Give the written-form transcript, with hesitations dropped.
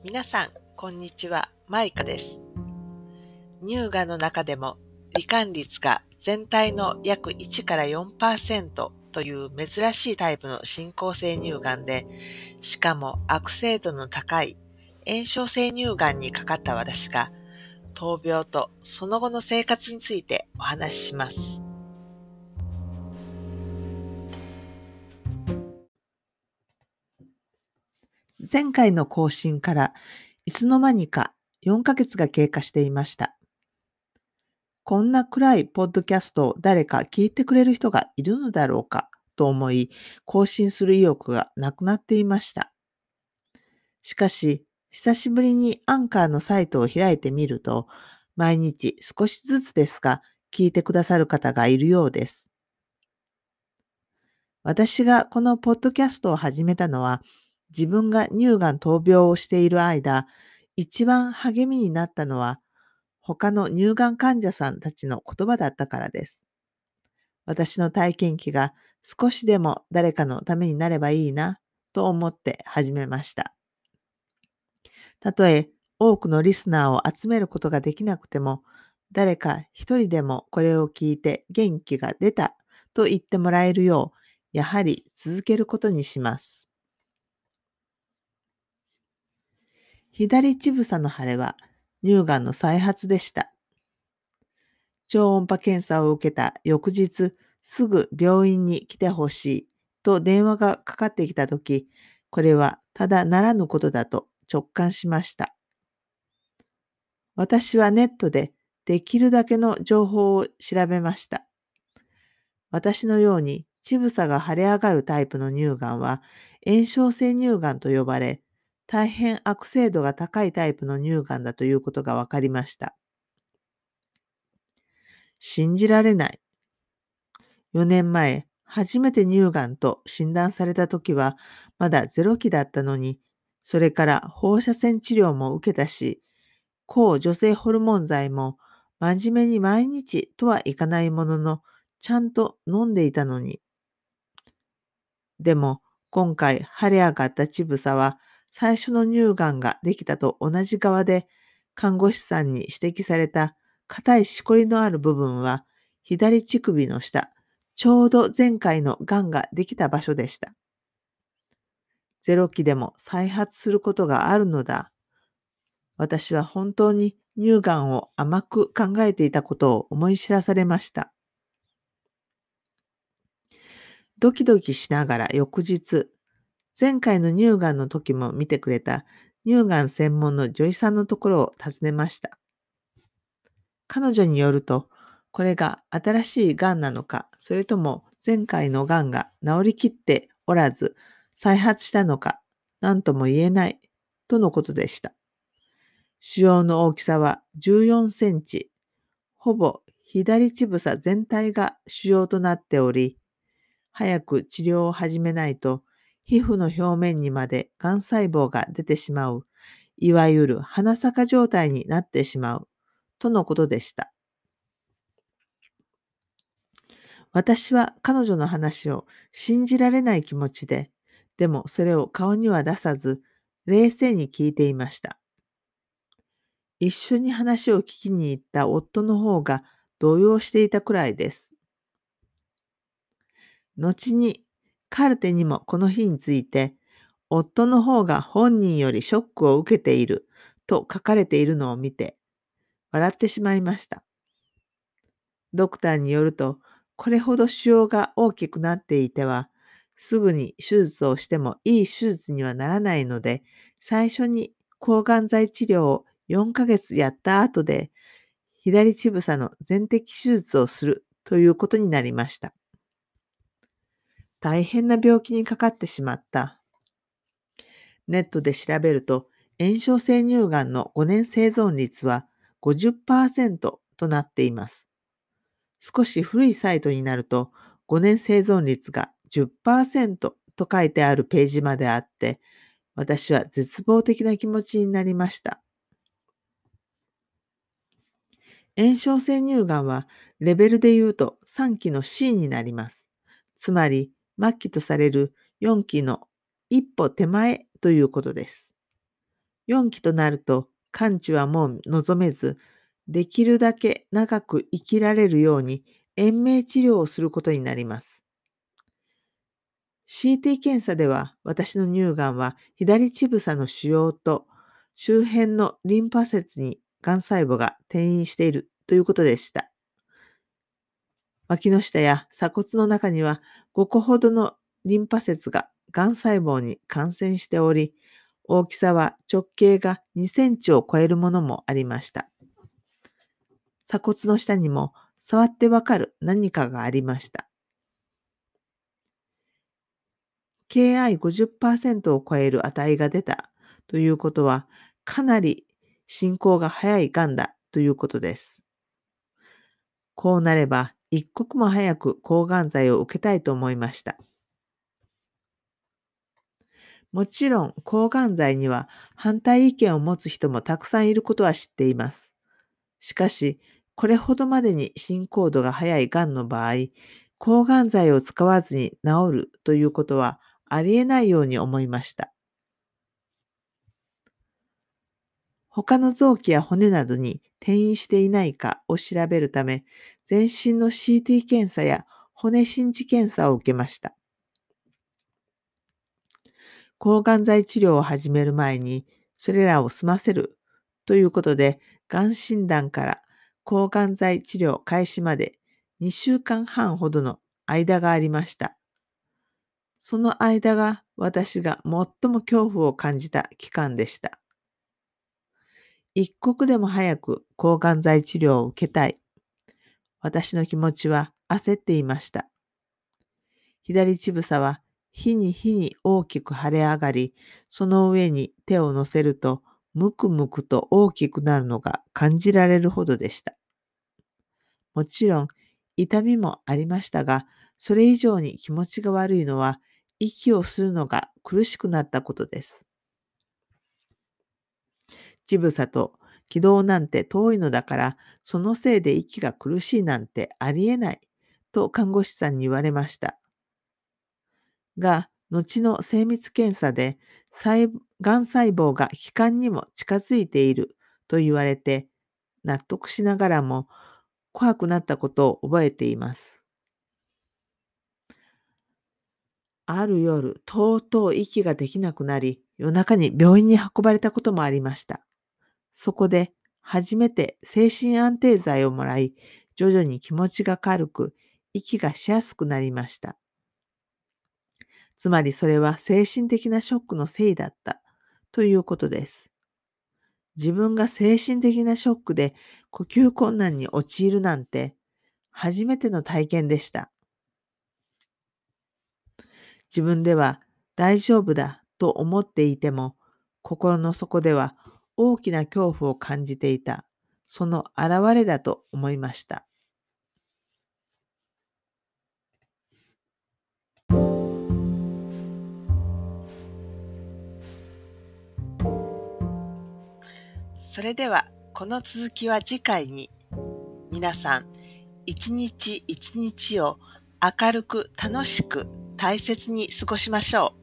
皆さん、こんにちは。マイカです。乳がんの中でも、罹患率が全体の約1から4%という珍しいタイプの進行性乳がんで、しかも悪性度の高い炎症性乳がんにかかった私が、闘病とその後の生活についてお話しします。前回の更新からいつの間にか4ヶ月が経過していました。こんな暗いポッドキャストを誰か聞いてくれる人がいるのだろうかと思い、更新する意欲がなくなっていました。しかし、久しぶりにアンカーのサイトを開いてみると、毎日少しずつですが、聞いてくださる方がいるようです。私がこのポッドキャストを始めたのは、自分が乳がん闘病をしている間、一番励みになったのは、他の乳がん患者さんたちの言葉だったからです。私の体験記が少しでも誰かのためになればいいなと思って始めました。たとえ多くのリスナーを集めることができなくても、誰か一人でもこれを聞いて元気が出たと言ってもらえるよう、やはり続けることにします。左乳房の腫れは乳がんの再発でした。超音波検査を受けた翌日、すぐ病院に来てほしいと電話がかかってきたとき、これはただならぬことだと直感しました。私はネットでできるだけの情報を調べました。私のように乳房が腫れ上がるタイプの乳がんは炎症性乳がんと呼ばれ、大変悪性度が高いタイプの乳がんだということが分かりました。信じられない。4年前、初めて乳がんと診断された時はまだ0期だったのに、それから放射線治療も受けたし、抗女性ホルモン剤も真面目に毎日とはいかないものの、ちゃんと飲んでいたのに。でも、今回腫れ上がった乳房は、最初の乳がんができたと同じ側で、看護師さんに指摘された硬いしこりのある部分は、左乳首の下、ちょうど前回のがんができた場所でした。0期でも再発することがあるのだ。私は本当に乳がんを甘く考えていたことを思い知らされました。ドキドキしながら翌日、前回の乳がんの時も見てくれた乳がん専門の女医さんのところを訪ねました。彼女によると、これが新しいがんなのか、それとも前回のがんが治りきっておらず、再発したのか、何とも言えない、とのことでした。腫瘍の大きさは14センチ、ほぼ左乳房全体が腫瘍となっており、早く治療を始めないと、皮膚の表面にまでがん細胞が出てしまう、いわゆる花咲か状態になってしまう、とのことでした。私は彼女の話を信じられない気持ちで、でもそれを顔には出さず、冷静に聞いていました。一緒に話を聞きに行った夫の方が動揺していたくらいです。後にカルテにもこの日について、夫の方が本人よりショックを受けていると書かれているのを見て、笑ってしまいました。ドクターによると、これほど腫瘍が大きくなっていては、すぐに手術をしてもいい手術にはならないので、最初に抗がん剤治療を4ヶ月やった後で、左乳房の全摘手術をするということになりました。大変な病気にかかってしまった。ネットで調べると、炎症性乳がんの5年生存率は 50% となっています。少し古いサイトになると、5年生存率が 10% と書いてあるページまであって、私は絶望的な気持ちになりました。炎症性乳がんはレベルで言うと3期の C になります。つまり末期とされる4期の一歩手前ということです。 4期となると完治はもう望めず、できるだけ長く生きられるように延命治療をすることになります。CT 検査では私の乳がんは左乳房の腫瘍と周辺のリンパ節にがん細胞が転移しているということでした。脇の下や鎖骨の中には5個ほどのリンパ節ががん細胞に感染しており、大きさは直径が2センチを超えるものもありました。鎖骨の下にも触ってわかる何かがありました。KI50% を超える値が出たということは、かなり進行が早いがんだということです。こうなれば、一刻も早く抗がん剤を受けたいと思いました。もちろん、抗がん剤には反対意見を持つ人もたくさんいることは知っています。しかし、これほどまでに進行度が早いがんの場合、抗がん剤を使わずに治るということはありえないように思いました。他の臓器や骨などに転移していないかを調べるため、全身の CT 検査や骨心地検査を受けました。抗がん剤治療を始める前に、それらを済ませるということで、がん診断から抗がん剤治療開始まで2週間半ほどの間がありました。その間が私が最も恐怖を感じた期間でした。一刻でも早く抗がん剤治療を受けたい。私の気持ちは焦っていました。左乳房は日に日に大きく腫れ上がり、その上に手を乗せるとむくむくと大きくなるのが感じられるほどでした。もちろん痛みもありましたが、それ以上に気持ちが悪いのは息をするのが苦しくなったことです。乳房と気道なんて遠いのだから、そのせいで息が苦しいなんてありえないと看護師さんに言われました。が、後の精密検査でがん細胞が気管にも近づいていると言われて、納得しながらも怖くなったことを覚えています。ある夜、とうとう息ができなくなり、夜中に病院に運ばれたこともありました。そこで初めて精神安定剤をもらい、徐々に気持ちが軽く、息がしやすくなりました。つまりそれは精神的なショックのせいだったということです。自分が精神的なショックで呼吸困難に陥るなんて初めての体験でした。自分では大丈夫だと思っていても、心の底では大きな恐怖を感じていた、その表れだと思いました。それではこの続きは次回に。皆さん、一日一日を明るく楽しく大切に過ごしましょう。